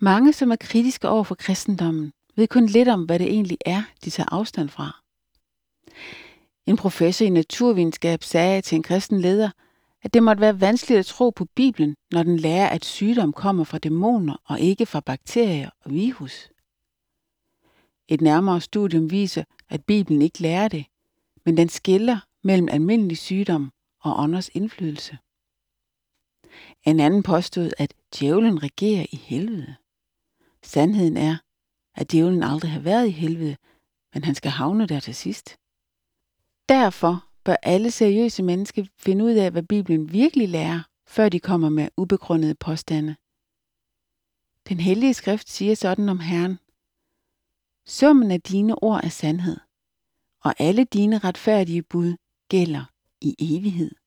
Mange, som er kritiske over for kristendommen, ved kun lidt om, hvad det egentlig er, de tager afstand fra. En professor i naturvidenskab sagde til en kristen leder, at det måtte være vanskeligt at tro på Bibelen, når den lærer, at sygdom kommer fra dæmoner og ikke fra bakterier og virus. Et nærmere studium viser, at Bibelen ikke lærer det, men den skiller mellem almindelig sygdom og ånders indflydelse. En anden påstod, at djævlen regerer i helvede. Sandheden er, at djævlen aldrig har været i helvede, men han skal havne der til sidst. Derfor bør alle seriøse mennesker finde ud af, hvad Bibelen virkelig lærer, før de kommer med ubegrundede påstande. Den hellige skrift siger sådan om Herren: Summen af dine ord er sandhed, og alle dine retfærdige bud gælder i evighed.